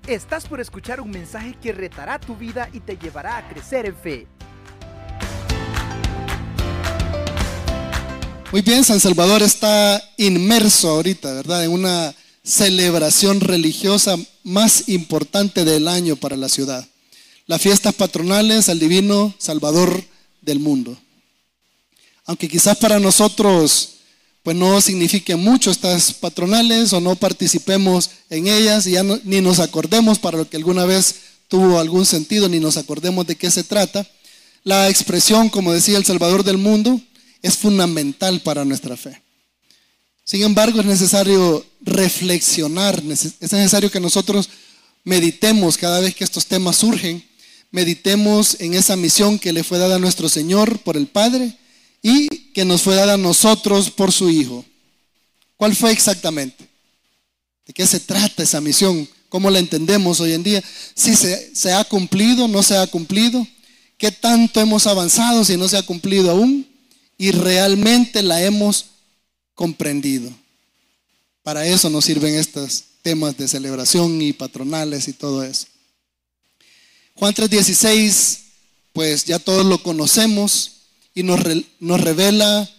Estás por escuchar un mensaje que retará tu vida y te llevará a crecer en fe. Muy bien, San Salvador está inmerso ahorita, ¿verdad?, en una celebración religiosa más importante del año para la ciudad. Las fiestas patronales al Divino Salvador del mundo. Aunque quizás para nosotros pues no signifiquen mucho estas patronales o no participemos en ellas y ya ni nos acordemos para lo que alguna vez tuvo algún sentido, ni nos acordemos de qué se trata. La expresión, como decía, el Salvador del mundo, es fundamental para nuestra fe. Sin embargo, es necesario reflexionar, es necesario que nosotros meditemos cada vez que estos temas surgen, meditemos en esa misión que le fue dada a nuestro Señor por el Padre y que nos fue dada a nosotros por su Hijo. ¿Cuál fue exactamente? ¿De qué se trata esa misión? ¿Cómo la entendemos hoy en día? ¿Si se ha cumplido, no se ha cumplido? ¿Qué tanto hemos avanzado si no se ha cumplido aún? Y realmente la hemos comprendido. Para eso nos sirven estos temas de celebración y patronales y todo eso. Juan 3:16, pues ya todos lo conocemos y nos revela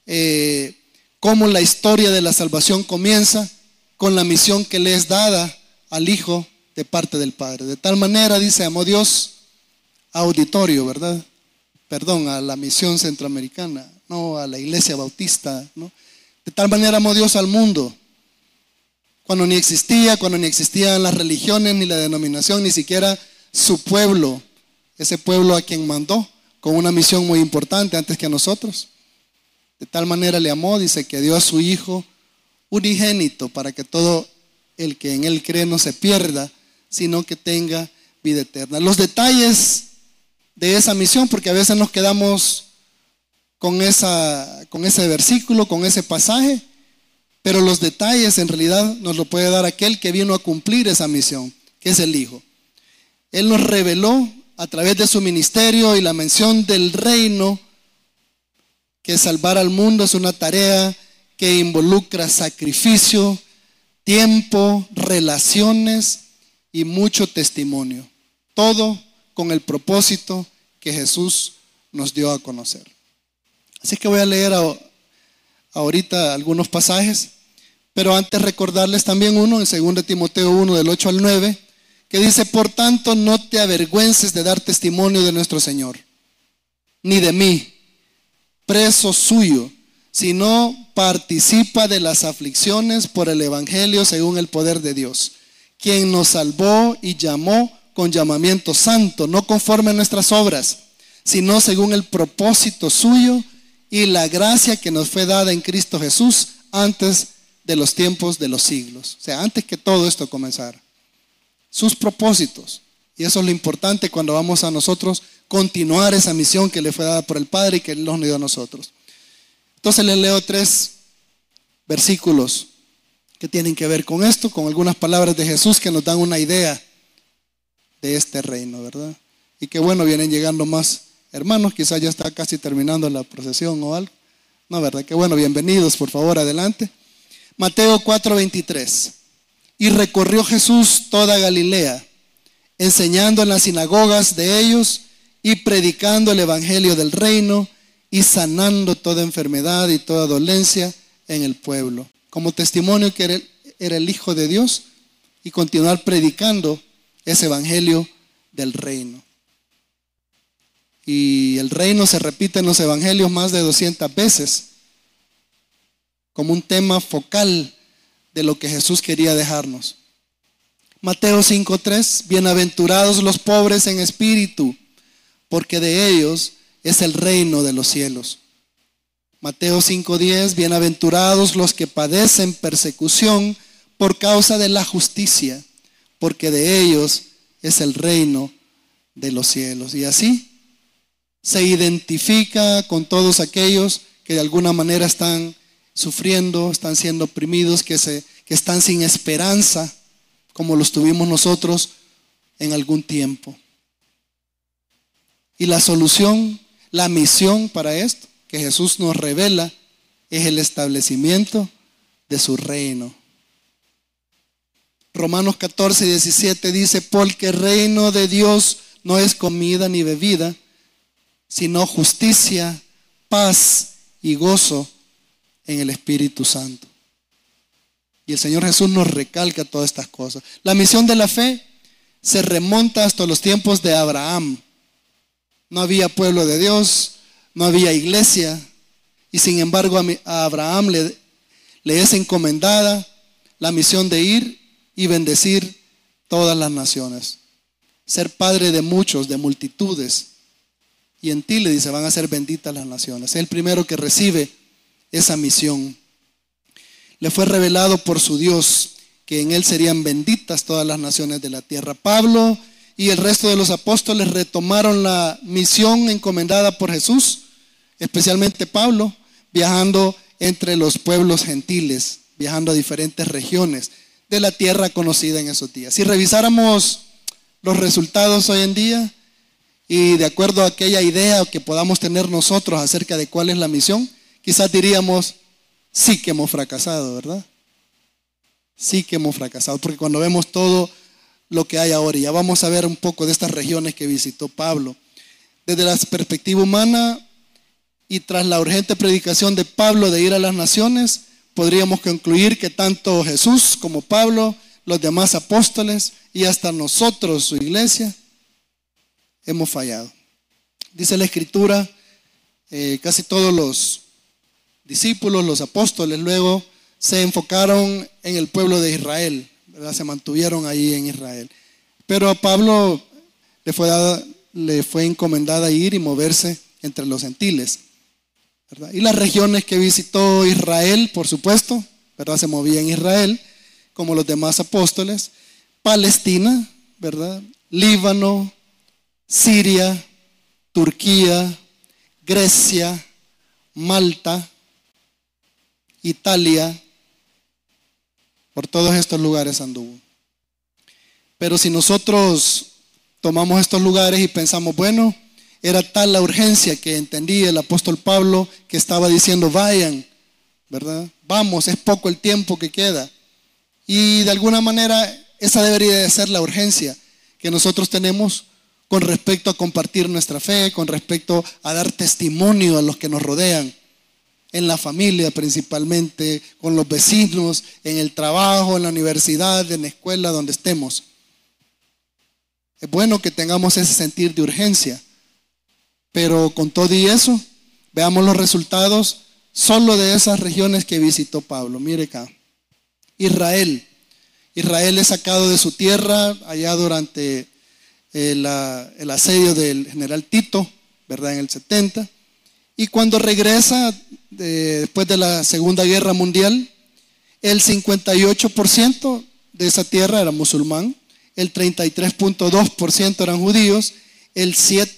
cómo la historia de la salvación comienza con la misión que le es dada al Hijo de parte del Padre. De tal manera, dice, amó Dios auditorio, ¿verdad? Perdón, a la misión centroamericana, no a la iglesia bautista, ¿no? De tal manera amó Dios al mundo, cuando ni existían las religiones, ni la denominación, ni siquiera su pueblo, ese pueblo a quien mandó, con una misión muy importante antes que a nosotros. De tal manera le amó, dice, que dio a su Hijo unigénito para que todo el que en Él cree no se pierda, sino que tenga vida eterna. Los detalles de esa misión, porque a veces nos quedamos con ese versículo, con ese pasaje, pero los detalles en realidad nos lo puede dar aquel que vino a cumplir esa misión, que es el Hijo. Él nos reveló a través de su ministerio y la mención del reino, que salvar al mundo es una tarea que involucra sacrificio, tiempo, relaciones y mucho testimonio. Todo con el propósito que Jesús nos dio a conocer. Así que voy a leer ahorita algunos pasajes, pero antes recordarles también uno en 2 Timoteo 1 del 8 al 9, que dice, por tanto no te avergüences de dar testimonio de nuestro Señor, ni de mí, preso suyo, sino participa de las aflicciones por el Evangelio según el poder de Dios, quien nos salvó y llamó con llamamiento santo, no conforme a nuestras obras, sino según el propósito suyo y la gracia que nos fue dada en Cristo Jesús antes de los tiempos de los siglos. O sea, antes que todo esto comenzara. Sus propósitos. Y eso es lo importante cuando vamos a nosotros continuar esa misión que le fue dada por el Padre y que Él nos dio a nosotros. Entonces les leo 3 versículos que tienen que ver con esto, con algunas palabras de Jesús que nos dan una idea de este reino, ¿verdad? Y que bueno, vienen llegando más hermanos, quizás ya está casi terminando la procesión o algo. No, ¿verdad? Que bueno, bienvenidos, por favor, adelante. Mateo 4:23. Y recorrió Jesús toda Galilea, enseñando en las sinagogas de ellos y predicando el evangelio del reino y sanando toda enfermedad y toda dolencia en el pueblo. Como testimonio que era el Hijo de Dios y continuar predicando ese evangelio del reino. Y el reino se repite en los evangelios más de 200 veces como un tema focal de lo que Jesús quería dejarnos. Mateo 5:3, bienaventurados los pobres en espíritu, porque de ellos es el reino de los cielos. Mateo 5:10, bienaventurados los que padecen persecución por causa de la justicia, porque de ellos es el reino de los cielos. Y así se identifica con todos aquellos que de alguna manera están sufriendo, están siendo oprimidos, que están sin esperanza, como los tuvimos nosotros en algún tiempo. Y la solución, la misión para esto, que Jesús nos revela, es el establecimiento de su reino. Romanos 14:17 dice, porque el reino de Dios no es comida ni bebida, sino justicia, paz y gozo en el Espíritu Santo. Y el Señor Jesús nos recalca todas estas cosas. La misión de la fe se remonta hasta los tiempos de Abraham. No había pueblo de Dios, no había iglesia, y sin embargo a Abraham le es encomendada la misión de ir y bendecir todas las naciones. Ser padre de muchos, de multitudes. Y en ti, le dice, van a ser benditas las naciones. Es el primero que recibe esa misión. Le fue revelado por su Dios que en él serían benditas todas las naciones de la tierra. Pablo y el resto de los apóstoles retomaron la misión encomendada por Jesús, especialmente Pablo, viajando entre los pueblos gentiles, viajando a diferentes regiones de la tierra conocida en esos días. Si revisáramos los resultados hoy en día y de acuerdo a aquella idea que podamos tener nosotros acerca de cuál es la misión, quizás diríamos, sí que hemos fracasado, ¿verdad? Sí que hemos fracasado, porque cuando vemos todo lo que hay ahora, y ya vamos a ver un poco de estas regiones que visitó Pablo, desde la perspectiva humana y tras la urgente predicación de Pablo de ir a las naciones, podríamos concluir que tanto Jesús como Pablo, los demás apóstoles y hasta nosotros, su iglesia, hemos fallado. Dice la Escritura, casi todos los discípulos, los apóstoles, luego se enfocaron en el pueblo de Israel, ¿verdad? Se mantuvieron ahí en Israel. Pero a Pablo le fue encomendada ir y moverse entre los gentiles, ¿verdad? Y las regiones que visitó Israel, por supuesto, ¿verdad? Se movía en Israel, como los demás apóstoles. Palestina, ¿verdad? Líbano, Siria, Turquía, Grecia, Malta, Italia, por todos estos lugares anduvo. Pero si nosotros tomamos estos lugares y pensamos, bueno, era tal la urgencia que entendía el apóstol Pablo que estaba diciendo, vayan, ¿verdad? Vamos, es poco el tiempo que queda. Y de alguna manera esa debería de ser la urgencia que nosotros tenemos con respecto a compartir nuestra fe, con respecto a dar testimonio a los que nos rodean, en la familia principalmente, con los vecinos, en el trabajo, en la universidad, en la escuela, donde estemos. Es bueno que tengamos ese sentir de urgencia, pero con todo y eso, veamos los resultados solo de esas regiones que visitó Pablo. Mire acá, Israel es sacado de su tierra allá durante el asedio del general Tito, ¿verdad? En el 70. Y cuando regresa, después de la Segunda Guerra Mundial, el 58% de esa tierra era musulmán, el 33.2% eran judíos, el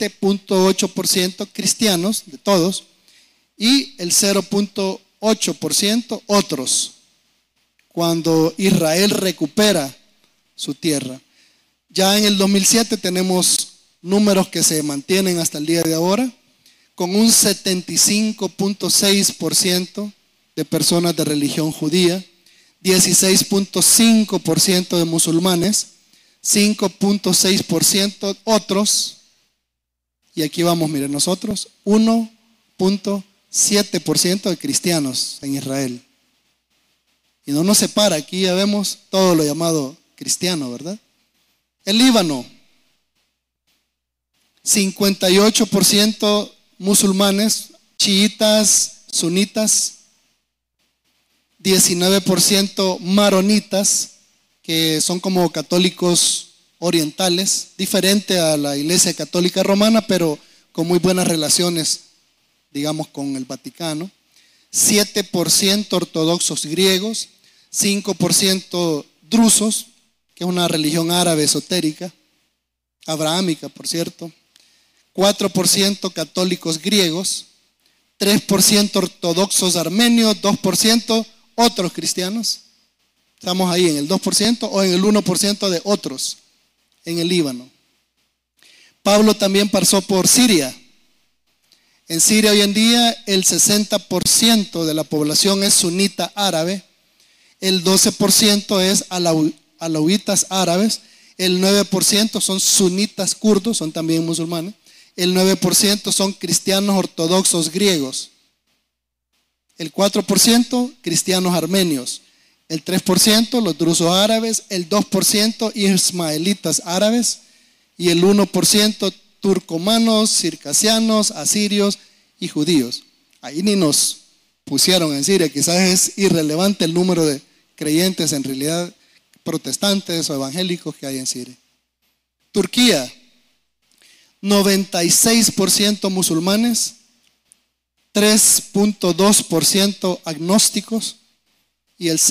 7.8% cristianos, de todos, y el 0.8% otros, cuando Israel recupera su tierra. Ya en el 2007 tenemos números que se mantienen hasta el día de ahora, con un 75.6% de personas de religión judía, 16.5% de musulmanes, 5.6% otros, y aquí vamos, miren nosotros, 1.7% de cristianos en Israel. Y no nos separa, aquí ya vemos todo lo llamado cristiano, ¿verdad? El Líbano, 58% musulmanes, chiitas, sunitas, 19% maronitas, que son como católicos orientales, diferente a la Iglesia Católica Romana, pero con muy buenas relaciones, digamos, con el Vaticano. 7% ortodoxos griegos, 5% drusos, que es una religión árabe esotérica, abrahámica, por cierto. 4% católicos griegos, 3% ortodoxos armenios, 2% otros cristianos. Estamos ahí en el 2% o en el 1% de otros en el Líbano. Pablo también pasó por Siria. En Siria hoy en día el 60% de la población es sunita árabe, el 12% es alauitas árabes, el 9% son sunitas kurdos, son también musulmanes, el 9% son cristianos ortodoxos griegos, el 4% cristianos armenios, el 3% los drusos árabes, el 2% ismaelitas árabes y el 1% turcomanos, circasianos, asirios y judíos. Ahí ni nos pusieron en Siria, quizás es irrelevante el número de creyentes en realidad protestantes o evangélicos que hay en Siria. Turquía, 96% musulmanes, 3.2% agnósticos y el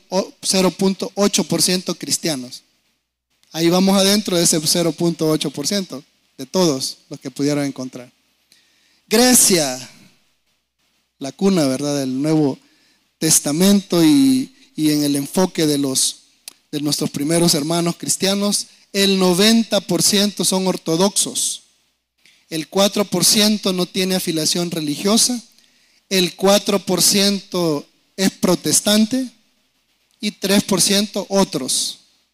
0.8% cristianos. Ahí vamos adentro de ese 0.8% de todos los que pudieron encontrar. Grecia, la cuna, ¿verdad?, del Nuevo Testamento y en el enfoque de nuestros primeros hermanos cristianos, el 90% son ortodoxos, el 4% no tiene afiliación religiosa, el 4% es protestante y 3% otros.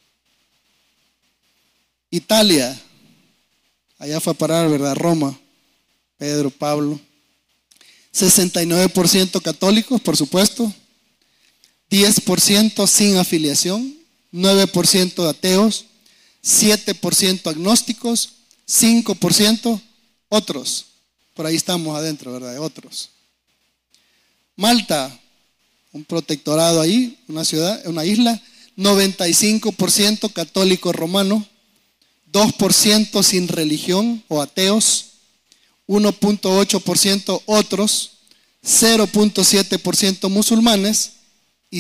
Italia, allá fue a parar, ¿verdad?, Roma, Pedro, Pablo. 69% católicos, por supuesto, 10% sin afiliación, 9% ateos, 7% agnósticos, 5% otros. Por ahí estamos adentro, ¿verdad?, otros. Malta, un protectorado ahí, una ciudad, una isla, 95% católico romano, 2% sin religión o ateos, 1.8% otros, 0.7% musulmanes y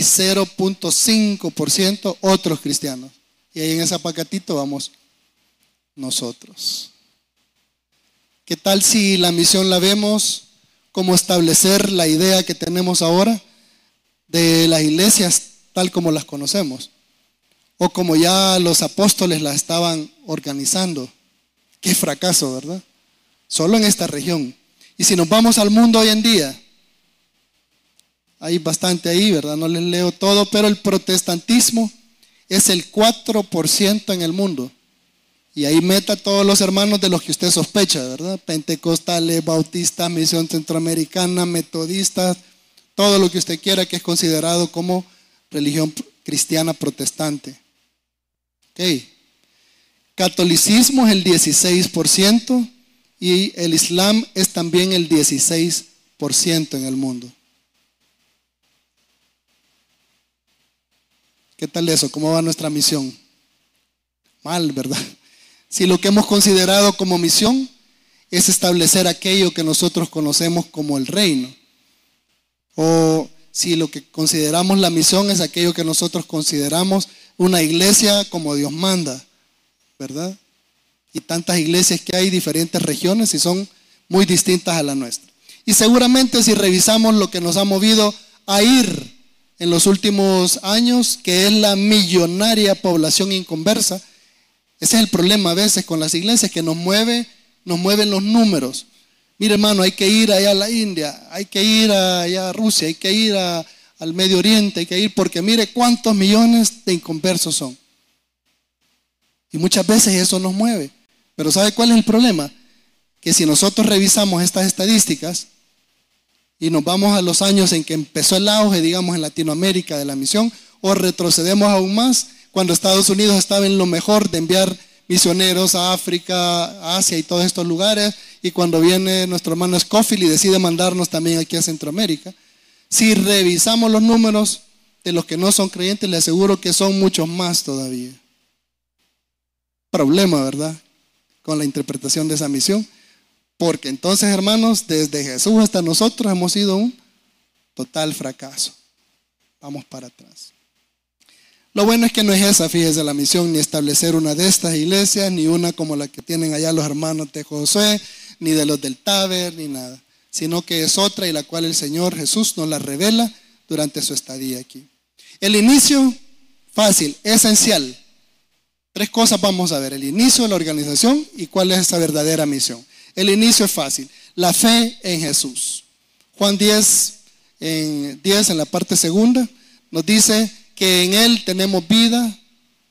0.5% otros cristianos. Y ahí en ese paquetito vamos nosotros. ¿Qué tal si la misión la vemos como establecer la idea que tenemos ahora de las iglesias tal como las conocemos? O como ya los apóstoles las estaban organizando. Qué fracaso, ¿verdad? Solo en esta región. Y si nos vamos al mundo hoy en día, hay bastante ahí, ¿verdad? No les leo todo, pero el protestantismo es el 4% en el mundo. Y ahí meta a todos los hermanos de los que usted sospecha, ¿verdad? Pentecostales, bautistas, misión centroamericana, metodistas, todo lo que usted quiera que es considerado como religión cristiana protestante. Ok. Catolicismo es el 16%. Y el Islam es también el 16% en el mundo. ¿Qué tal eso? ¿Cómo va nuestra misión? Mal, ¿verdad? Si lo que hemos considerado como misión es establecer aquello que nosotros conocemos como el reino. O si lo que consideramos la misión es aquello que nosotros consideramos una iglesia como Dios manda, ¿verdad? Y tantas iglesias que hay, diferentes regiones y son muy distintas a la nuestra. Y seguramente si revisamos lo que nos ha movido a ir en los últimos años, que es la millonaria población inconversa, ese es el problema a veces con las iglesias, que nos mueven los números. Mire, hermano, hay que ir allá a la India, hay que ir allá a Rusia, hay que ir al Medio Oriente, hay que ir porque mire cuántos millones de inconversos son. Y muchas veces eso nos mueve. Pero ¿sabe cuál es el problema? Que si nosotros revisamos estas estadísticas y nos vamos a los años en que empezó el auge, digamos, en Latinoamérica de la misión, o retrocedemos aún más, cuando Estados Unidos estaba en lo mejor de enviar misioneros a África, a Asia y todos estos lugares, y cuando viene nuestro hermano Scofield y decide mandarnos también aquí a Centroamérica, si revisamos los números de los que no son creyentes, les aseguro que son muchos más todavía. Problema, ¿verdad?, con la interpretación de esa misión, porque entonces, hermanos, desde Jesús hasta nosotros hemos sido un total fracaso. Vamos para atrás. Lo bueno es que no es esa, fíjese, la misión, ni establecer una de estas iglesias, ni una como la que tienen allá los hermanos de Josué, ni de los del Taber, ni nada, sino que es otra y la cual el Señor Jesús nos la revela durante su estadía aquí. El inicio, fácil, esencial. 3 cosas vamos a ver: el inicio de la organización y cuál es esa verdadera misión. El inicio es fácil, la fe en Jesús. Juan 10, en la parte segunda, nos dice que en Él tenemos vida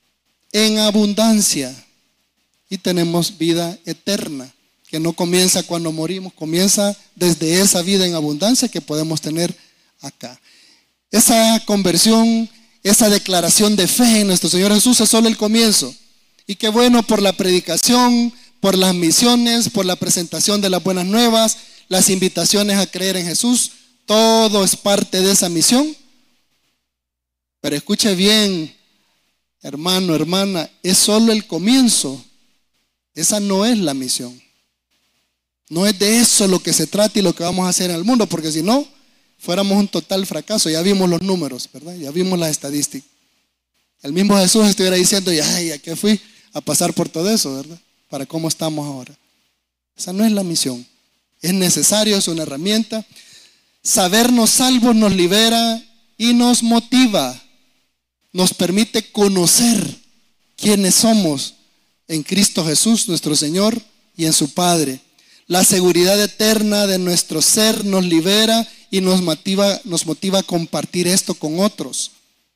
en abundancia. Y tenemos vida eterna, que no comienza cuando morimos, comienza desde esa vida en abundancia que podemos tener acá. Esa conversión, esa declaración de fe en nuestro Señor Jesús es solo el comienzo. Y qué bueno por la predicación, por las misiones, por la presentación de las buenas nuevas, las invitaciones a creer en Jesús. Todo es parte de esa misión. Pero escuche bien, hermano, hermana, es solo el comienzo. Esa no es la misión. No es de eso lo que se trata y lo que vamos a hacer en el mundo, porque si no, fuéramos un total fracaso. Ya vimos los números, ¿verdad? Ya vimos las estadísticas. El mismo Jesús estuviera diciendo, ay, ¿a qué fui a pasar por todo eso, verdad? Para cómo estamos ahora. Esa no es la misión. Es necesario, es una herramienta. Sabernos salvos nos libera y nos motiva. Nos permite conocer quiénes somos en Cristo Jesús, nuestro Señor, y en su Padre. La seguridad eterna de nuestro ser nos libera y nos motiva a compartir esto con otros.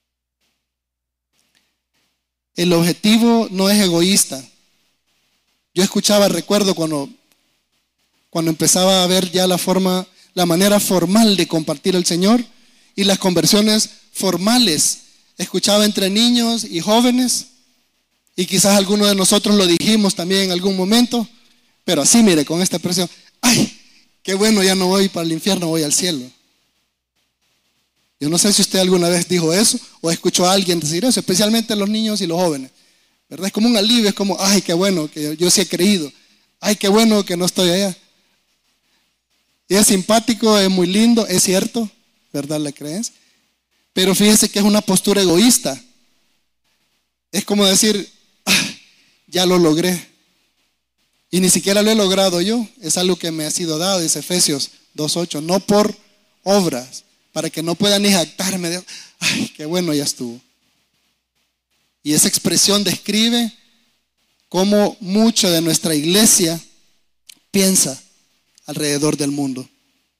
El objetivo no es egoísta. Yo recuerdo cuando empezaba a ver ya la manera formal de compartir el Señor y las conversiones formales. Escuchaba entre niños y jóvenes, y quizás algunos de nosotros lo dijimos también en algún momento, pero así, mire, con esta expresión, ay, qué bueno, ya no voy para el infierno, voy al cielo. Yo no sé si usted alguna vez dijo eso o escuchó a alguien decir eso, especialmente los niños y los jóvenes, ¿verdad? Es como un alivio, es como, ay, qué bueno que yo sí he creído, ay, qué bueno que no estoy allá. Y es simpático, es muy lindo, es cierto, ¿verdad? La creencia. Pero fíjese que es una postura egoísta. Es como decir, ya lo logré. Y ni siquiera lo he logrado yo. Es algo que me ha sido dado, dice Efesios 2:8. No por obras, para que no pueda ni jactarme de, ay, qué bueno, ya estuvo. Y esa expresión describe cómo mucho de nuestra iglesia piensa alrededor del mundo.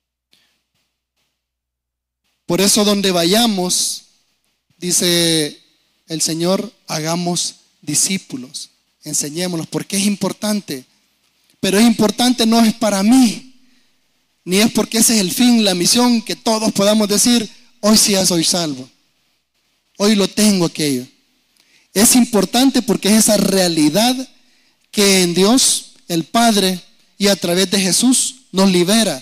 Por eso donde vayamos, dice el Señor, hagamos discípulos, enseñémoslos, porque es importante. Pero es importante, no es para mí, ni es porque ese es el fin, la misión, que todos podamos decir, hoy sí ya soy salvo, hoy lo tengo aquello. Es importante porque es esa realidad que en Dios, el Padre, y a través de Jesús nos libera,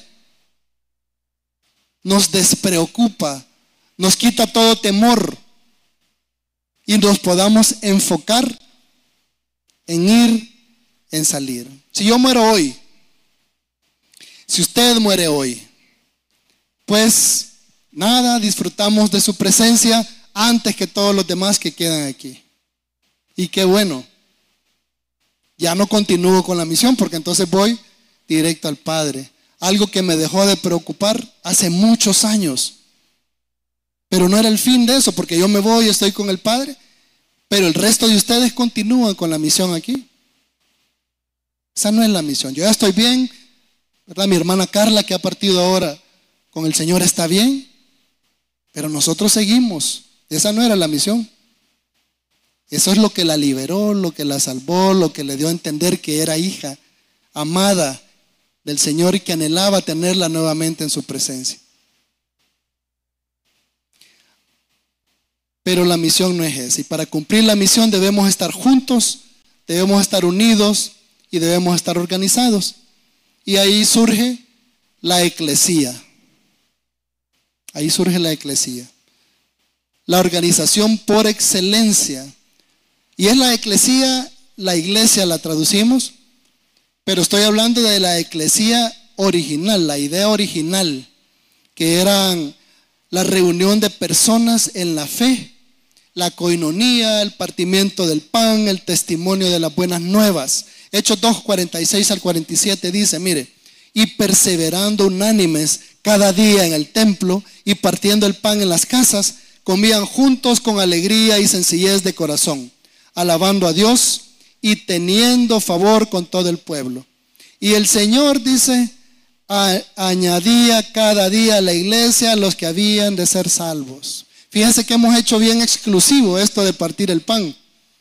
nos despreocupa, nos quita todo temor y nos podamos enfocar en ir, en salir. Si yo muero hoy, si usted muere hoy, pues nada, disfrutamos de su presencia antes que todos los demás que quedan aquí. Y qué bueno, ya no continúo con la misión porque entonces voy directo al Padre. Algo que me dejó de preocupar hace muchos años. Pero no era el fin de eso, porque yo me voy y estoy con el Padre, pero el resto de ustedes continúan con la misión aquí. Esa no es la misión. Yo ya estoy bien, ¿verdad? Mi hermana Carla, que ha partido ahora con el Señor, está bien, pero nosotros seguimos. Esa no era la misión. Eso es lo que la liberó, lo que la salvó, lo que le dio a entender que era hija amada del Señor y que anhelaba tenerla nuevamente en su presencia. Pero la misión no es esa. Y para cumplir la misión debemos estar juntos, debemos estar unidos y debemos estar organizados. Y ahí surge la eclesía. Ahí surge la eclesía. La organización por excelencia. Y es la eclesía, la iglesia la traducimos, pero estoy hablando de la eclesía original, la idea original, que eran la reunión de personas en la fe, la coinonía, el partimiento del pan, el testimonio de las buenas nuevas. Hechos 2, 46 al 47 dice, mire, y perseverando unánimes cada día en el templo y partiendo el pan en las casas, comían juntos con alegría y sencillez de corazón, alabando a Dios y teniendo favor con todo el pueblo. Y el Señor, dice, añadía cada día a la iglesia a los que habían de ser salvos. Fíjense que hemos hecho bien exclusivo esto de partir el pan.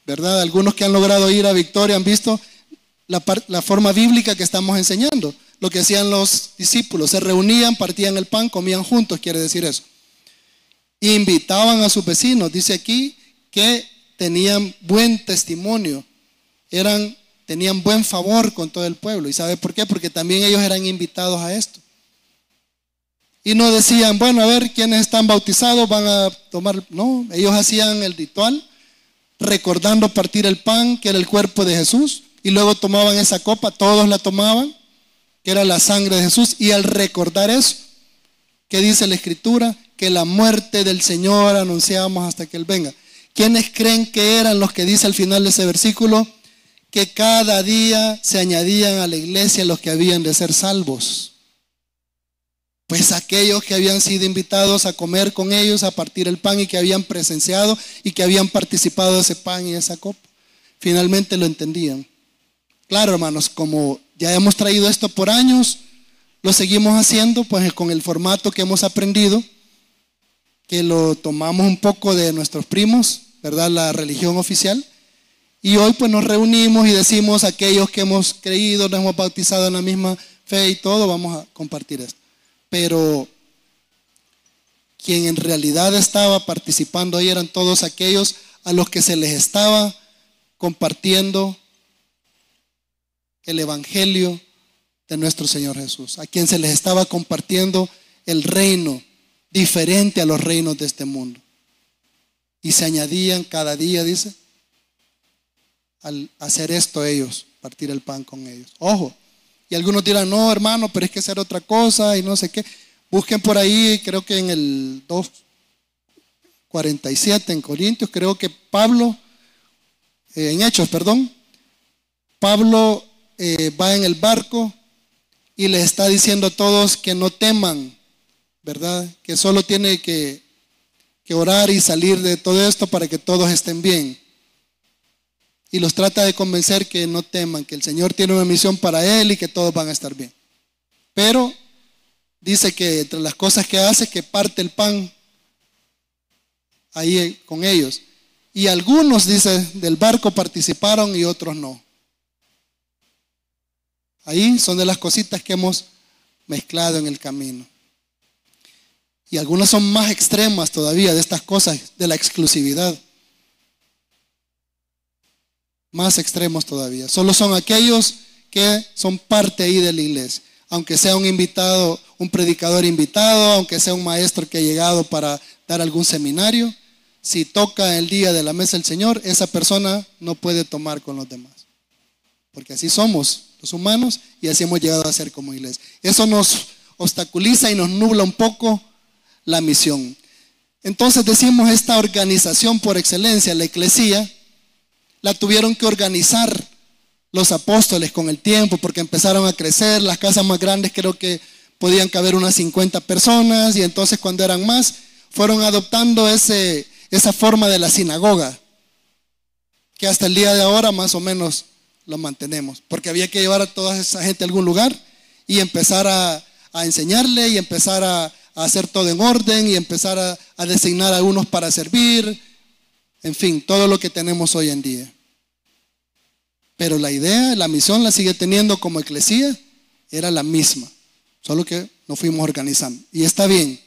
¿verdad? Algunos que han logrado ir a Victoria han visto la forma bíblica que estamos enseñando. Lo que hacían los discípulos, se reunían, partían el pan, comían juntos, quiere decir eso. Invitaban a sus vecinos, dice aquí que tenían buen testimonio, tenían buen favor con todo el pueblo. ¿Y sabe por qué? Porque también ellos eran invitados a esto. Y no decían, bueno, a ver, ¿quiénes están bautizados van a tomar? No, ellos hacían el ritual, recordando partir el pan, que era el cuerpo de Jesús, y luego tomaban esa copa, todos la tomaban, que era la sangre de Jesús, y al recordar eso, ¿qué dice la Escritura? Que la muerte del Señor anunciamos hasta que Él venga. ¿Quiénes creen que eran los que dice al final de ese versículo? Que cada día se añadían a la iglesia los que habían de ser salvos. Pues aquellos que habían sido invitados a comer con ellos, a partir el pan y que habían presenciado y que habían participado de ese pan y esa copa, finalmente lo entendían. Claro, hermanos, como ya hemos traído esto por años, lo seguimos haciendo pues con el formato que hemos aprendido, que lo tomamos un poco de nuestros primos, ¿verdad? La religión oficial. Y hoy pues nos reunimos y decimos aquellos que hemos creído, nos hemos bautizado en la misma fe y todo, vamos a compartir esto. Pero quien en realidad estaba participando ahí eran todos aquellos a los que se les estaba compartiendo el evangelio de nuestro Señor Jesús, a quien se les estaba compartiendo el reino diferente a los reinos de este mundo. Y se añadían cada día, dice, al hacer esto ellos, partir el pan con ellos. Ojo. Y algunos dirán, no, hermano, pero es que hacer otra cosa y no sé qué. Busquen por ahí, creo que en el 2:47 en Corintios, creo que Pablo, en Hechos, perdón, Pablo va en el barco y les está diciendo a todos que no teman, ¿verdad? Que solo tiene que orar y salir de todo esto para que todos estén bien. Y los trata de convencer que no teman, que el Señor tiene una misión para él y que todos van a estar bien. Pero dice que entre las cosas que hace, que parte el pan ahí con ellos. Y algunos, dice, del barco participaron y otros no. Ahí son de las cositas que hemos mezclado en el camino. Y algunas son más extremas todavía de estas cosas, de la exclusividad. Más extremos todavía. Solo son aquellos que son parte ahí de la iglesia. Aunque sea un invitado, un predicador invitado, aunque sea un maestro que ha llegado para dar algún seminario, si toca el día de la mesa del Señor, esa persona no puede tomar con los demás. Porque así somos los humanos y así hemos llegado a ser como iglesia. Eso nos obstaculiza y nos nubla un poco la misión. Entonces decimos, esta organización por excelencia, la eclesía, la tuvieron que organizar los apóstoles con el tiempo, porque empezaron a crecer. Las casas más grandes creo que podían caber unas 50 personas, y entonces cuando eran más, fueron adoptando esa forma de la sinagoga, que hasta el día de ahora más o menos lo mantenemos, porque había que llevar a toda esa gente a algún lugar y empezar a enseñarle y empezar a hacer todo en orden y empezar a designar a unos para servir. En fin, todo lo que tenemos hoy en día. Pero la idea, la misión la sigue teniendo como eclesía, era la misma, solo que nos fuimos organizando. Y está bien.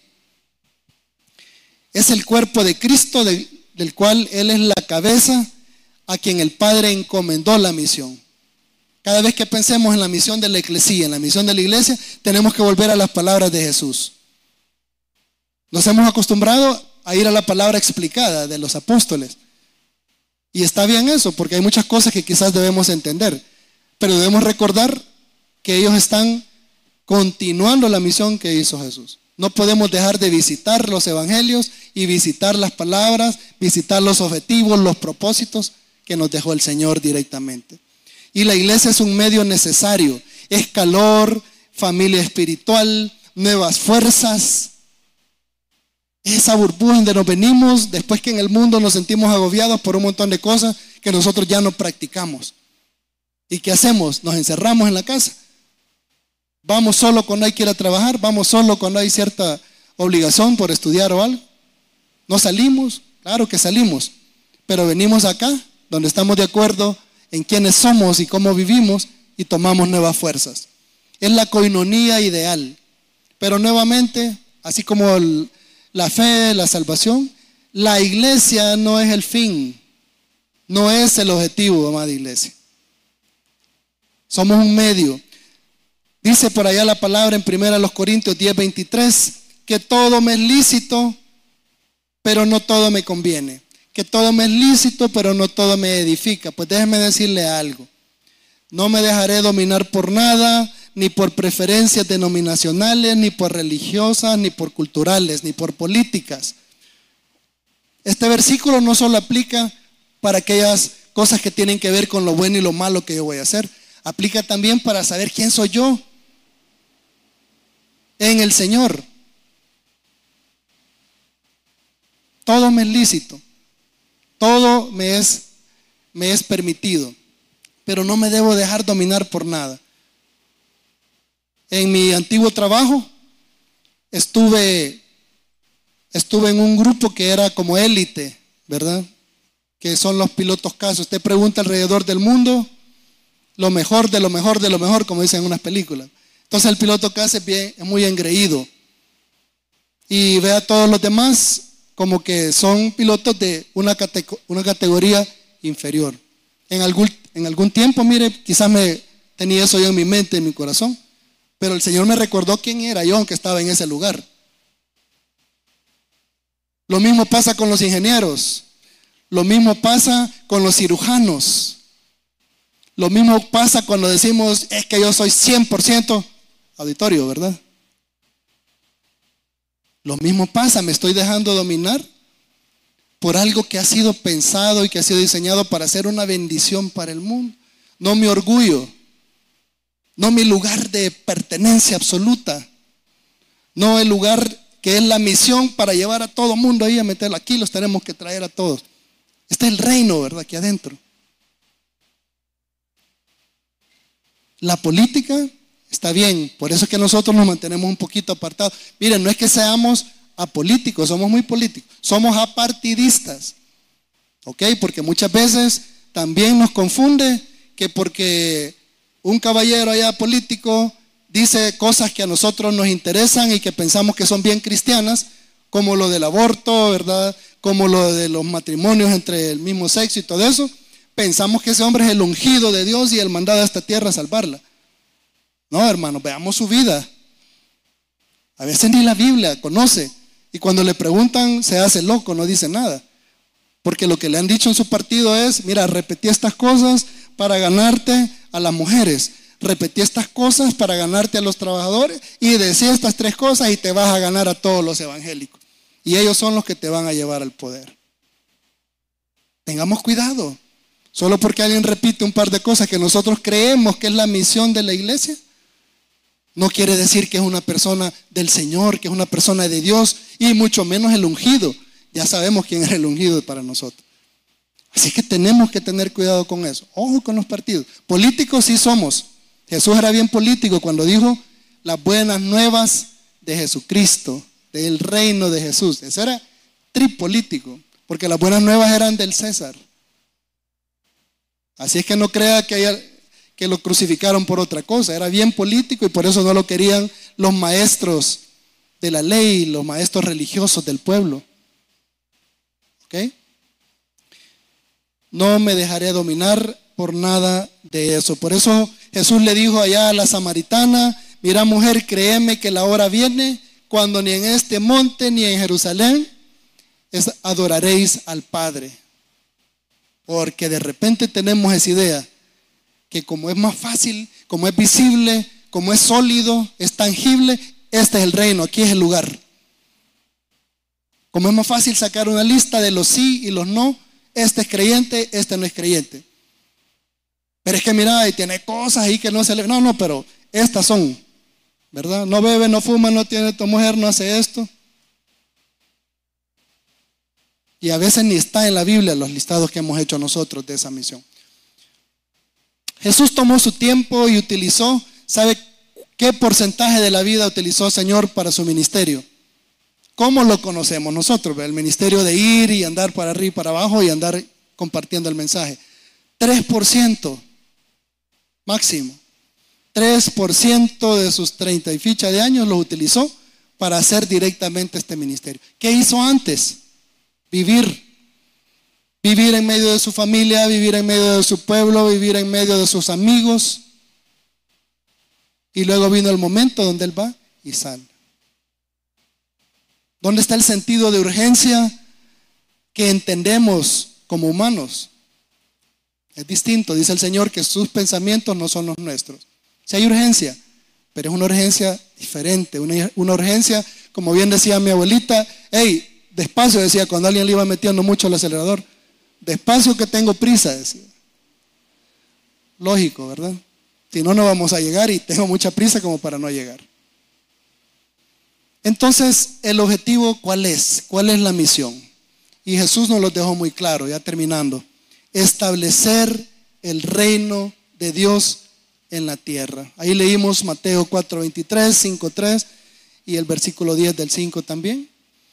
Es el cuerpo de Cristo del cual Él es la cabeza, a quien el Padre encomendó la misión. Cada vez que pensemos en la misión de la eclesía, en la misión de la iglesia, tenemos que volver a las palabras de Jesús. Nos hemos acostumbrado a ir a la palabra explicada de los apóstoles. Y está bien eso, porque hay muchas cosas que quizás debemos entender. Pero debemos recordar que ellos están continuando la misión que hizo Jesús. No podemos dejar de visitar los evangelios y visitar las palabras, visitar los objetivos, los propósitos que nos dejó el Señor directamente. Y la iglesia es un medio necesario. Es calor, familia espiritual, nuevas fuerzas. Esa burbuja donde nos venimos después que en el mundo nos sentimos agobiados por un montón de cosas que nosotros ya no practicamos. ¿Y qué hacemos? Nos encerramos en la casa. Vamos solo cuando hay que ir a trabajar, vamos solo cuando hay cierta obligación por estudiar o algo. No salimos, claro que salimos, pero venimos acá donde estamos de acuerdo en quiénes somos y cómo vivimos y tomamos nuevas fuerzas. Es la coinonía ideal. Pero nuevamente, así como la fe, la salvación, la iglesia no es el fin, no es el objetivo, amada iglesia. Somos un medio. Dice por allá la palabra en 1 Corintios 10:23, que todo me es lícito, pero no todo me conviene. Que todo me es lícito, pero no todo me edifica. Pues déjeme decirle algo. No me dejaré dominar por nada, ni por preferencias denominacionales, ni por religiosas, ni por culturales, ni por políticas. Este versículo no solo aplica para aquellas cosas que tienen que ver con lo bueno y lo malo que yo voy a hacer. Aplica también para saber quién soy yo en el Señor. Todo me es lícito, todo me es permitido, pero no me debo dejar dominar por nada. En mi antiguo trabajo estuve en un grupo que era como élite, ¿verdad? Que son los pilotos CAS. Usted pregunta alrededor del mundo, lo mejor de lo mejor de lo mejor, como dicen en unas películas. Entonces el piloto CAS es muy engreído y ve a todos los demás como que son pilotos de una categoría inferior. En algún tiempo, mire, quizás tenía eso yo en mi mente, en mi corazón, pero el Señor me recordó quién era yo, aunque estaba en ese lugar. Lo mismo pasa con los ingenieros, lo mismo pasa con los cirujanos, lo mismo pasa cuando decimos, es que yo soy 100% auditorio, ¿verdad? Lo mismo pasa, me estoy dejando dominar por algo que ha sido pensado y que ha sido diseñado para ser una bendición para el mundo. No mi orgullo, no mi lugar de pertenencia absoluta, no el lugar que es la misión para llevar a todo mundo ahí a meterlo. Aquí los tenemos que traer a todos. Este es el reino, ¿verdad? Aquí adentro. La política está bien, por eso es que nosotros nos mantenemos un poquito apartados. Miren, no es que seamos apolíticos, somos muy políticos, somos apartidistas, ¿ok? Porque muchas veces también nos confunde que porque un caballero allá político dice cosas que a nosotros nos interesan y que pensamos que son bien cristianas, como lo del aborto, ¿verdad? Como lo de los matrimonios entre el mismo sexo y todo eso, pensamos que ese hombre es el ungido de Dios y el mandado a esta tierra a salvarla. No, hermanos, veamos su vida. A veces ni la Biblia conoce. Y cuando le preguntan, se hace loco, no dice nada. Porque lo que le han dicho en su partido es, mira, repetí estas cosas para ganarte a las mujeres. Repetí estas cosas para ganarte a los trabajadores. Y decía estas 3 cosas y te vas a ganar a todos los evangélicos. Y ellos son los que te van a llevar al poder. Tengamos cuidado. Solo porque alguien repite un par de cosas que nosotros creemos que es la misión de la iglesia, no quiere decir que es una persona del Señor, que es una persona de Dios, y mucho menos el ungido. Ya sabemos quién es el ungido para nosotros. Así que tenemos que tener cuidado con eso. Ojo con los partidos. Políticos sí somos. Jesús era bien político cuando dijo las buenas nuevas de Jesucristo, del reino de Jesús. Ese era tripolítico, porque las buenas nuevas eran del César. Así es que no crea que lo crucificaron por otra cosa. Era bien político y por eso no lo querían los maestros de la ley, los maestros religiosos del pueblo. ¿Ok? No me dejaré dominar por nada de eso. Por eso Jesús le dijo allá a la samaritana, mira mujer, créeme que la hora viene cuando ni en este monte ni en Jerusalén adoraréis al Padre. Porque de repente tenemos esa idea que como es más fácil, como es visible, como es sólido, es tangible, este es el reino, aquí es el lugar. Como es más fácil sacar una lista de los sí y los no, este es creyente, este no es creyente. Pero es que mira, y tiene cosas ahí que no se le... No, pero estas son, ¿verdad? No bebe, no fuma, no tiene tu mujer, no hace esto. Y a veces ni está en la Biblia los listados que hemos hecho nosotros de esa misión. Jesús tomó su tiempo y utilizó, ¿sabe qué porcentaje de la vida utilizó el Señor para su ministerio? ¿Cómo lo conocemos nosotros? El ministerio de ir y andar para arriba y para abajo y andar compartiendo el mensaje. 3% máximo. 3% de sus 30 y ficha de años los utilizó para hacer directamente este ministerio. ¿Qué hizo antes? Vivir en medio de su familia, vivir en medio de su pueblo, vivir en medio de sus amigos. Y luego vino el momento donde él va y sale. ¿Dónde está el sentido de urgencia que entendemos como humanos? Es distinto, dice el Señor, que sus pensamientos no son los nuestros. Si hay urgencia, pero es una urgencia diferente, una urgencia, como bien decía mi abuelita, hey, despacio, decía cuando alguien le iba metiendo mucho al acelerador, despacio que tengo prisa, decía. Lógico, ¿verdad? Si no, no vamos a llegar y tengo mucha prisa como para no llegar. Entonces, ¿el objetivo cuál es? ¿Cuál es la misión? Y Jesús nos lo dejó muy claro, ya terminando. Establecer el reino de Dios en la tierra. Ahí leímos Mateo 4:23, 5:3 y el versículo 10 del 5 también.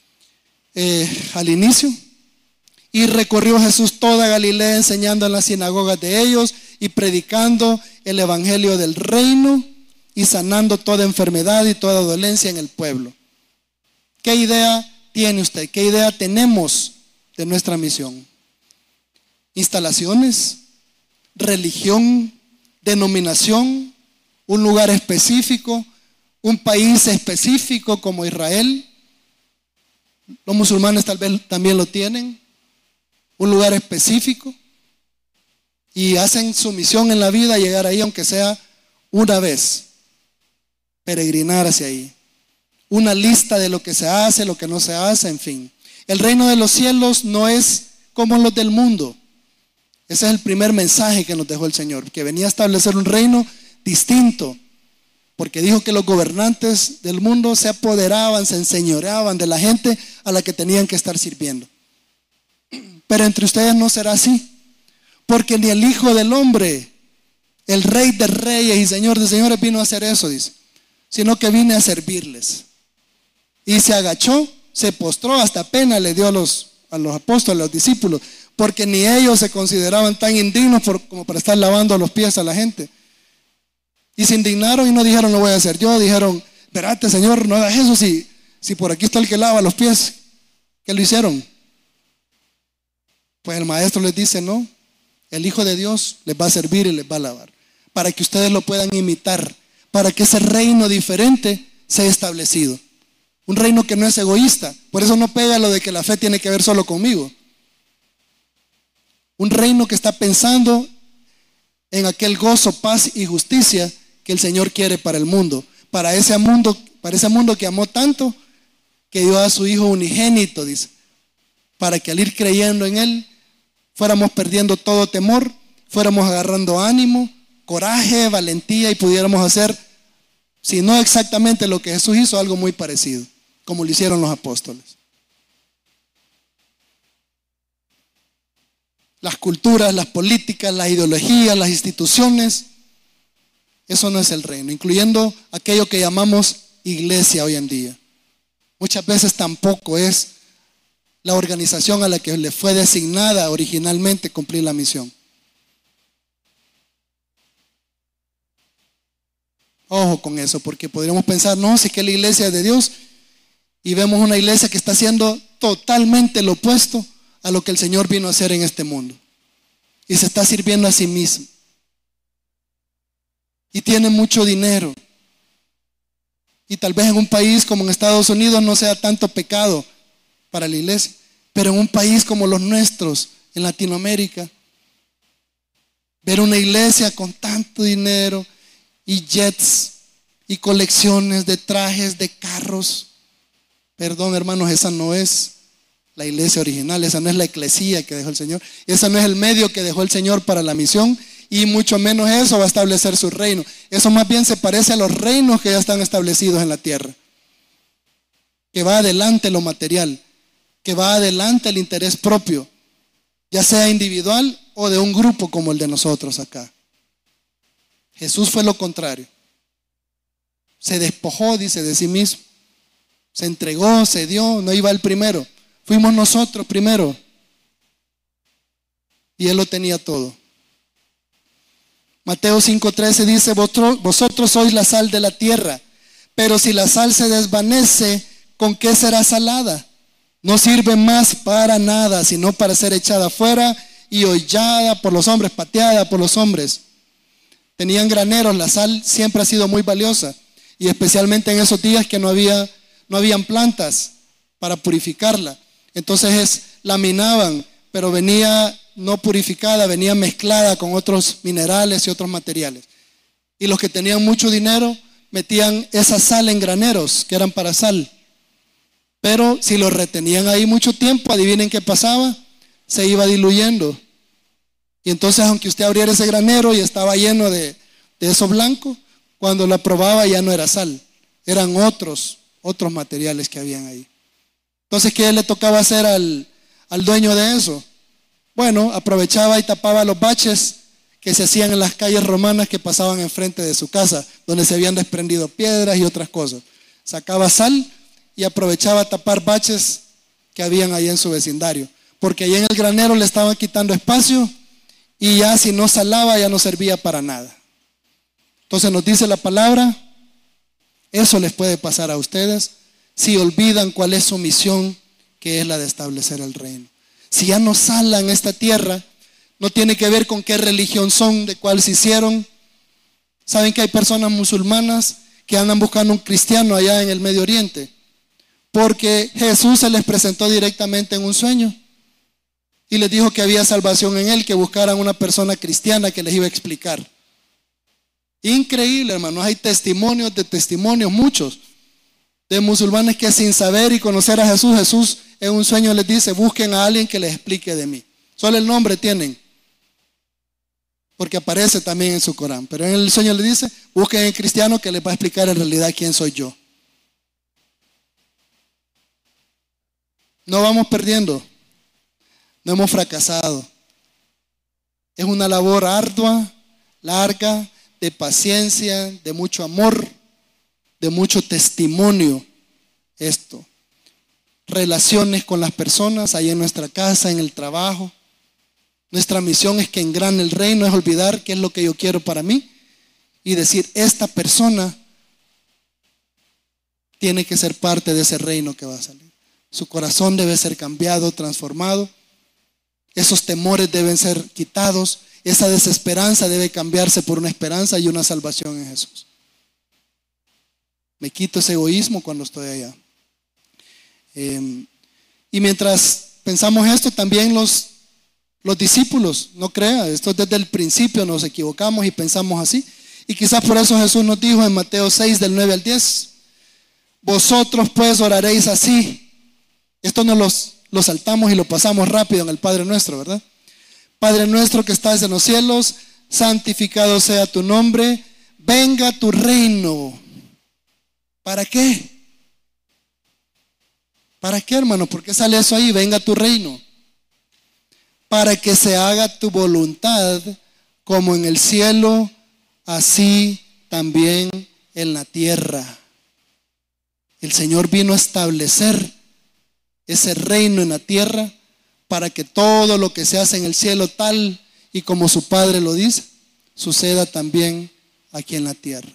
Al inicio. Y recorrió Jesús toda Galilea enseñando en las sinagogas de ellos y predicando el evangelio del reino y sanando toda enfermedad y toda dolencia en el pueblo. ¿Qué idea tiene usted? ¿Qué idea tenemos de nuestra misión? Instalaciones, religión, denominación, un lugar específico, un país específico como Israel. Los musulmanes tal vez también lo tienen. Un lugar específico. Y hacen su misión en la vida llegar ahí aunque sea una vez. Peregrinar hacia ahí. Una lista de lo que se hace, lo que no se hace, en fin. El reino de los cielos no es como los del mundo. Ese es el primer mensaje que nos dejó el Señor, que venía a establecer un reino distinto, porque dijo que los gobernantes del mundo se apoderaban, se enseñoreaban de la gente a la que tenían que estar sirviendo. Pero entre ustedes no será así, porque ni el Hijo del Hombre, el Rey de Reyes y Señor de Señores vino a hacer eso, dice, sino que vine a servirles. Y se agachó, se postró, hasta pena le dio a los apóstoles, a los discípulos, porque ni ellos se consideraban tan indignos como para estar lavando los pies a la gente. Y se indignaron y no dijeron, lo voy a hacer yo. Dijeron, espérate, Señor, no hagas eso si por aquí está el que lava los pies. ¿Qué lo hicieron? Pues el maestro les dice, no, el Hijo de Dios les va a servir y les va a lavar, para que ustedes lo puedan imitar, para que ese reino diferente sea establecido. Un reino que no es egoísta. Por eso no pega lo de que la fe tiene que ver solo conmigo. Un reino que está pensando en aquel gozo, paz y justicia que el Señor quiere para el mundo. Para ese mundo que amó tanto, que dio a su Hijo unigénito, dice. Para que al ir creyendo en Él, fuéramos perdiendo todo temor, fuéramos agarrando ánimo, coraje, valentía y pudiéramos hacer, si no exactamente lo que Jesús hizo, algo muy parecido, como lo hicieron los apóstoles. Las culturas, las políticas, las ideologías, las instituciones, eso no es el reino, incluyendo aquello que llamamos iglesia hoy en día. Muchas veces tampoco es la organización a la que le fue designada originalmente cumplir la misión. Ojo con eso, porque podríamos pensar, no, si que la iglesia es de Dios, y vemos una iglesia que está haciendo totalmente lo opuesto a lo que el Señor vino a hacer en este mundo. Y se está sirviendo a sí mismo. Y tiene mucho dinero. Y tal vez en un país como en Estados Unidos no sea tanto pecado para la iglesia, pero en un país como los nuestros, en Latinoamérica, ver una iglesia con tanto dinero y jets y colecciones de trajes, de carros, perdón hermanos, esa no es la iglesia original, esa no es la eclesía que dejó el Señor, esa no es el medio que dejó el Señor para la misión, y mucho menos eso va a establecer su reino. Eso más bien se parece a los reinos que ya están establecidos en la tierra, que va adelante lo material, que va adelante el interés propio, ya sea individual o de un grupo como el de nosotros acá. Jesús fue lo contrario. Se despojó, dice, de sí mismo. Se entregó, se dio, no iba el primero. Fuimos nosotros primero. y él lo tenía todo. Mateo 5:13 dice, vosotros sois la sal de la tierra, pero si la sal se desvanece, ¿con qué será salada? No sirve más para nada, sino para ser echada fuera y hollada por los hombres, pateada por los hombres. Tenían graneros, la sal siempre ha sido muy valiosa, y especialmente en esos días que no habían plantas para purificarla. Entonces laminaban, pero venía no purificada, venía mezclada con otros minerales y otros materiales. Y los que tenían mucho dinero metían esa sal en graneros que eran para sal. Pero si lo retenían ahí mucho tiempo, adivinen qué pasaba, se iba diluyendo. Y entonces, aunque usted abriera ese granero y estaba lleno de eso blanco, cuando lo probaba ya no era sal, eran otros materiales que habían ahí. Entonces, ¿qué le tocaba hacer al dueño de eso? Bueno, aprovechaba y tapaba los baches que se hacían en las calles romanas que pasaban enfrente de su casa, donde se habían desprendido piedras y otras cosas. Sacaba sal y aprovechaba a tapar baches que habían ahí en su vecindario, porque ahí en el granero le estaban quitando espacio y ya si no salaba ya no servía para nada. Entonces nos dice la palabra, eso les puede pasar a ustedes si olvidan cuál es su misión, que es la de establecer el reino. Si ya no salan esta tierra, no tiene que ver con qué religión son, de cuál se hicieron. Saben que hay personas musulmanas que andan buscando un cristiano allá en el Medio Oriente, porque Jesús se les presentó directamente en un sueño y les dijo que había salvación en él, que buscaran una persona cristiana que les iba a explicar. Increíble, hermanos, hay testimonios, muchos, de musulmanes que sin saber y conocer a Jesús, Jesús en un sueño les dice, busquen a alguien que les explique de mí. Solo el nombre tienen, porque aparece también en su Corán. Pero en el sueño les dice, busquen a un cristiano que les va a explicar en realidad quién soy yo. No vamos perdiendo, no hemos fracasado. Es una labor ardua, larga, de paciencia, de mucho amor, de mucho testimonio esto. Relaciones con las personas, ahí en nuestra casa, en el trabajo. Nuestra misión es que engrane el reino, es olvidar qué es lo que yo quiero para mí y decir, esta persona tiene que ser parte de ese reino que va a salir. Su corazón debe ser cambiado, transformado. Esos temores deben ser quitados. Esa desesperanza debe cambiarse por una esperanza y una salvación en Jesús. Me quito ese egoísmo cuando estoy allá. Y mientras pensamos esto, también los discípulos, no crea, esto desde el principio nos equivocamos y pensamos así. Y quizás por eso Jesús nos dijo en Mateo 6, del 9 al 10, vosotros pues oraréis así. Esto nos lo saltamos y lo pasamos rápido en el Padre Nuestro, ¿verdad? Padre nuestro que estás en los cielos, santificado sea tu nombre, venga tu reino. ¿Para qué? ¿Para qué, hermano? ¿Por qué sale eso ahí? Venga tu reino. Para que se haga tu voluntad como en el cielo, así también en la tierra. El Señor vino a establecer ese reino en la tierra para que todo lo que se hace en el cielo, tal y como su Padre lo dice, suceda también aquí en la tierra.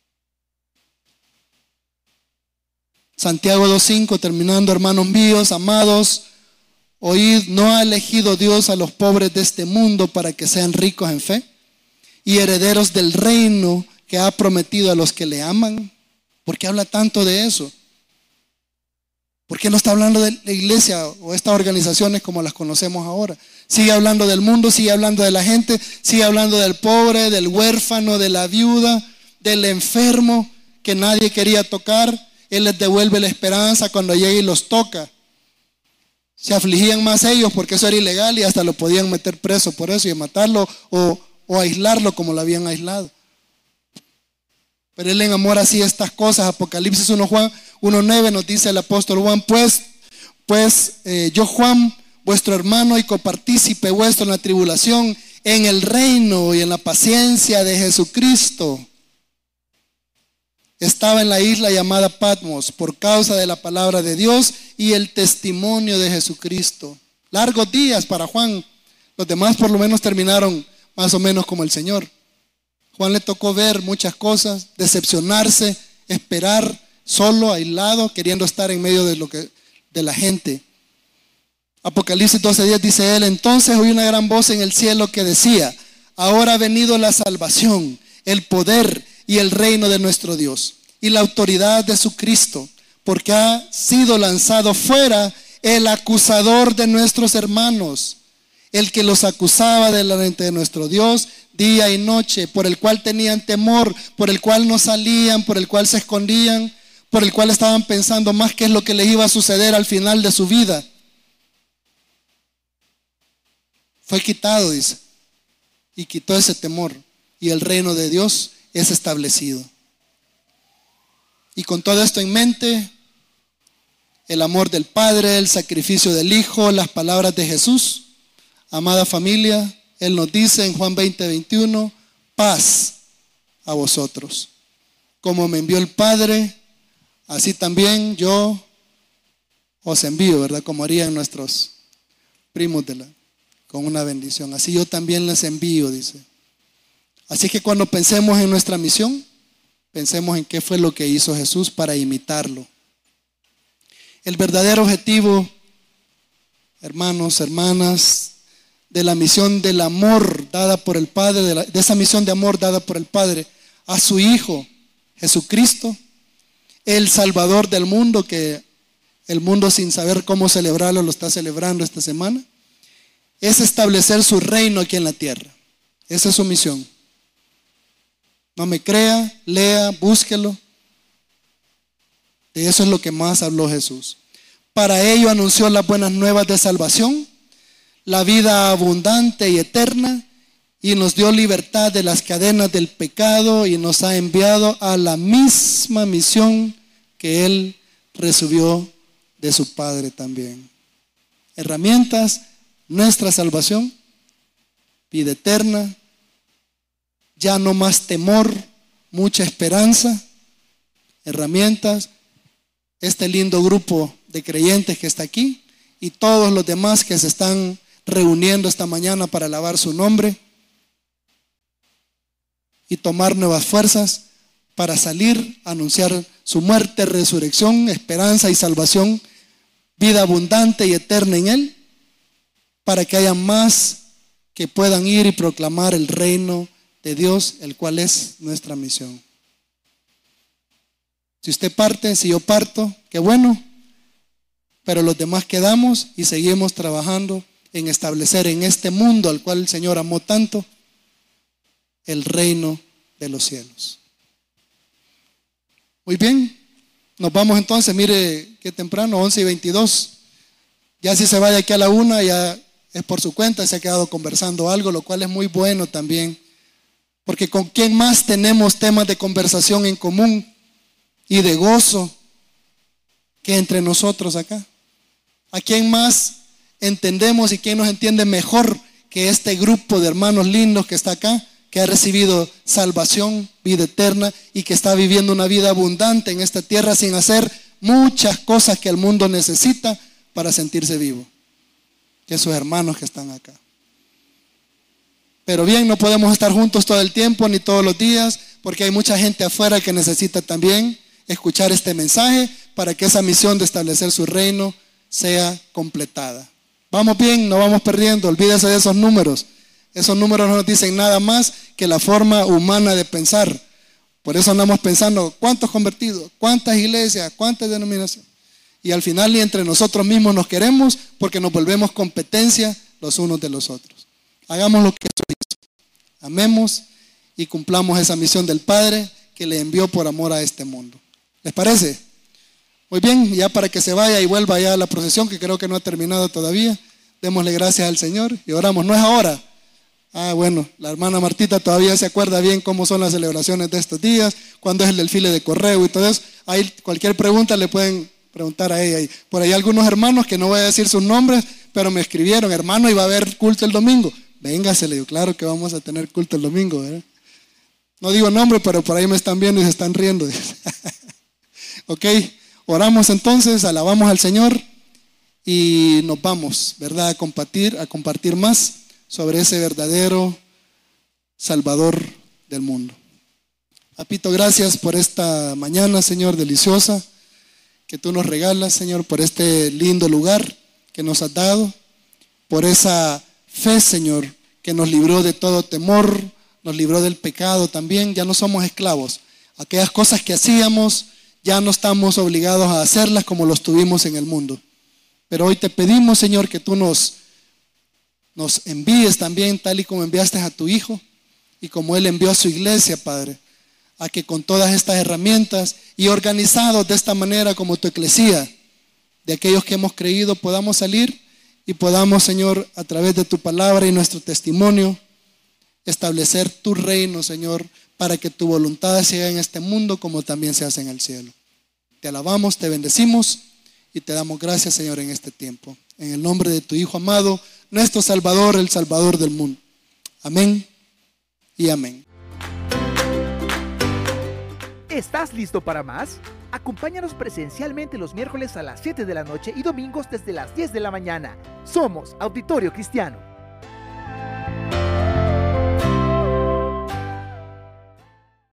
Santiago 2:5, terminando, hermanos míos, amados, oíd, ¿no ha elegido Dios a los pobres de este mundo para que sean ricos en fe y herederos del reino que ha prometido a los que le aman? ¿Por qué habla tanto de eso? ¿Por qué no está hablando de la iglesia o estas organizaciones como las conocemos ahora? Sigue hablando del mundo, sigue hablando de la gente, sigue hablando del pobre, del huérfano, de la viuda, del enfermo que nadie quería tocar. Él les devuelve la esperanza cuando llega y los toca. Se afligían más ellos porque eso era ilegal y hasta lo podían meter preso por eso y matarlo o aislarlo como lo habían aislado. Pero Él en amor hacía estas cosas. Apocalipsis 1:9 nos dice el apóstol Juan, pues yo Juan, vuestro hermano y copartícipe vuestro en la tribulación, en el reino y en la paciencia de Jesucristo, estaba en la isla llamada Patmos por causa de la palabra de Dios y el testimonio de Jesucristo. Largos días para Juan, Los demás por lo menos terminaron más o menos como el Señor. Juan le tocó ver muchas cosas, decepcionarse, esperar solo, aislado, queriendo estar en medio de la gente. Apocalipsis 12:10 dice él: entonces oí una gran voz en el cielo que decía: ahora ha venido la salvación, el poder y el reino de nuestro Dios y la autoridad de su Cristo, porque ha sido lanzado fuera el acusador de nuestros hermanos, el que los acusaba delante de nuestro Dios día y noche, por el cual tenían temor, por el cual no salían, por el cual se escondían, por el cual estaban pensando más qué es lo que les iba a suceder al final de su vida. Fue quitado, dice, y quitó ese temor, y el reino de Dios es establecido. Y con todo esto en mente, el amor del Padre, el sacrificio del Hijo, las palabras de Jesús, amada familia, Él nos dice en Juan 20:21, paz a vosotros. Como me envió el Padre, así también yo os envío, ¿verdad? Como harían nuestros primos con una bendición. Así yo también les envío, dice. Así que cuando pensemos en nuestra misión, pensemos en qué fue lo que hizo Jesús para imitarlo. El verdadero objetivo, hermanos, hermanas, de la misión del amor dada por el Padre, de esa misión de amor dada por el Padre a su Hijo, Jesucristo, el Salvador del mundo, que el mundo sin saber cómo celebrarlo lo está celebrando esta semana, es establecer su reino aquí en la tierra. Esa es su misión. No me crea, lea, búsquelo. De eso es lo que más habló Jesús. Para ello anunció las buenas nuevas de salvación, la vida abundante y eterna, y nos dio libertad de las cadenas del pecado y nos ha enviado a la misma misión que Él recibió de su Padre también. Herramientas: nuestra salvación, vida eterna, ya no más temor, mucha esperanza. Herramientas: este lindo grupo de creyentes que está aquí y todos los demás que se están reuniendo esta mañana para alabar su nombre y tomar nuevas fuerzas para salir a anunciar su muerte, resurrección, esperanza y salvación, vida abundante y eterna en Él, para que haya más que puedan ir y proclamar el reino de Dios, el cual es nuestra misión. Si usted parte, si yo parto, qué bueno, pero los demás quedamos y seguimos trabajando en establecer en este mundo al cual el Señor amó tanto, el reino de los cielos. Muy bien, nos vamos entonces. Mire qué temprano, 11:22. Ya si se va de aquí a la 1, ya es por su cuenta, se ha quedado conversando algo, lo cual es muy bueno también, porque con quién más tenemos temas de conversación en común y de gozo que entre nosotros acá. ¿A quién más entendemos y quién nos entiende mejor que este grupo de hermanos lindos que está acá, que ha recibido salvación, vida eterna y que está viviendo una vida abundante en esta tierra sin hacer muchas cosas que el mundo necesita para sentirse vivo? Que sus hermanos que están acá. Pero bien, no podemos estar juntos todo el tiempo ni todos los días, porque hay mucha gente afuera que necesita también escuchar este mensaje para que esa misión de establecer su reino sea completada. Vamos bien, no vamos perdiendo, olvídese de esos números. Esos números no nos dicen nada más que la forma humana de pensar. Por eso andamos pensando, ¿cuántos convertidos? ¿Cuántas iglesias? ¿Cuántas denominaciones? Y al final ni entre nosotros mismos nos queremos, porque nos volvemos competencia los unos de los otros. Hagamos lo que Jesús hizo. Amemos y cumplamos esa misión del Padre que le envió por amor a este mundo. ¿Les parece? Muy bien, ya para que se vaya y vuelva ya a la procesión, que creo que no ha terminado todavía, démosle gracias al Señor y oramos. No es ahora. Bueno, la hermana Martita todavía se acuerda bien cómo son las celebraciones de estos días, cuándo es el desfile de correo y todo eso. Ahí cualquier pregunta le pueden preguntar a ella. Y por ahí algunos hermanos, que no voy a decir sus nombres, pero me escribieron: hermano, ¿iba a haber culto el domingo? Véngase, le digo, claro que vamos a tener culto el domingo, ¿verdad? No digo nombre, pero por ahí me están viendo y se están riendo. Ok, oramos entonces, alabamos al Señor y nos vamos, ¿verdad? A compartir más sobre ese verdadero Salvador del mundo. Papito, gracias por esta mañana, Señor, deliciosa, que tú nos regalas, Señor, por este lindo lugar que nos has dado, por esa fe, Señor, que nos libró de todo temor, nos libró del pecado también. Ya no somos esclavos. Aquellas cosas que hacíamos, ya no estamos obligados a hacerlas como lo estuvimos en el mundo. Pero hoy te pedimos, Señor, que tú nos envíes también, tal y como enviaste a tu Hijo y como Él envió a su iglesia, Padre, a que con todas estas herramientas y organizados de esta manera como tu eclesía, de aquellos que hemos creído, podamos salir y podamos, Señor, a través de tu palabra y nuestro testimonio, establecer tu reino, Señor, para que tu voluntad se haga en este mundo como también se hace en el cielo. Te alabamos, te bendecimos y te damos gracias, Señor, en este tiempo. En el nombre de tu Hijo amado, nuestro Salvador, el Salvador del mundo. Amén y amén. ¿Estás listo para más? Acompáñanos presencialmente los miércoles a las 7 de la noche y domingos desde las 10 de la mañana. Somos Auditorio Cristiano.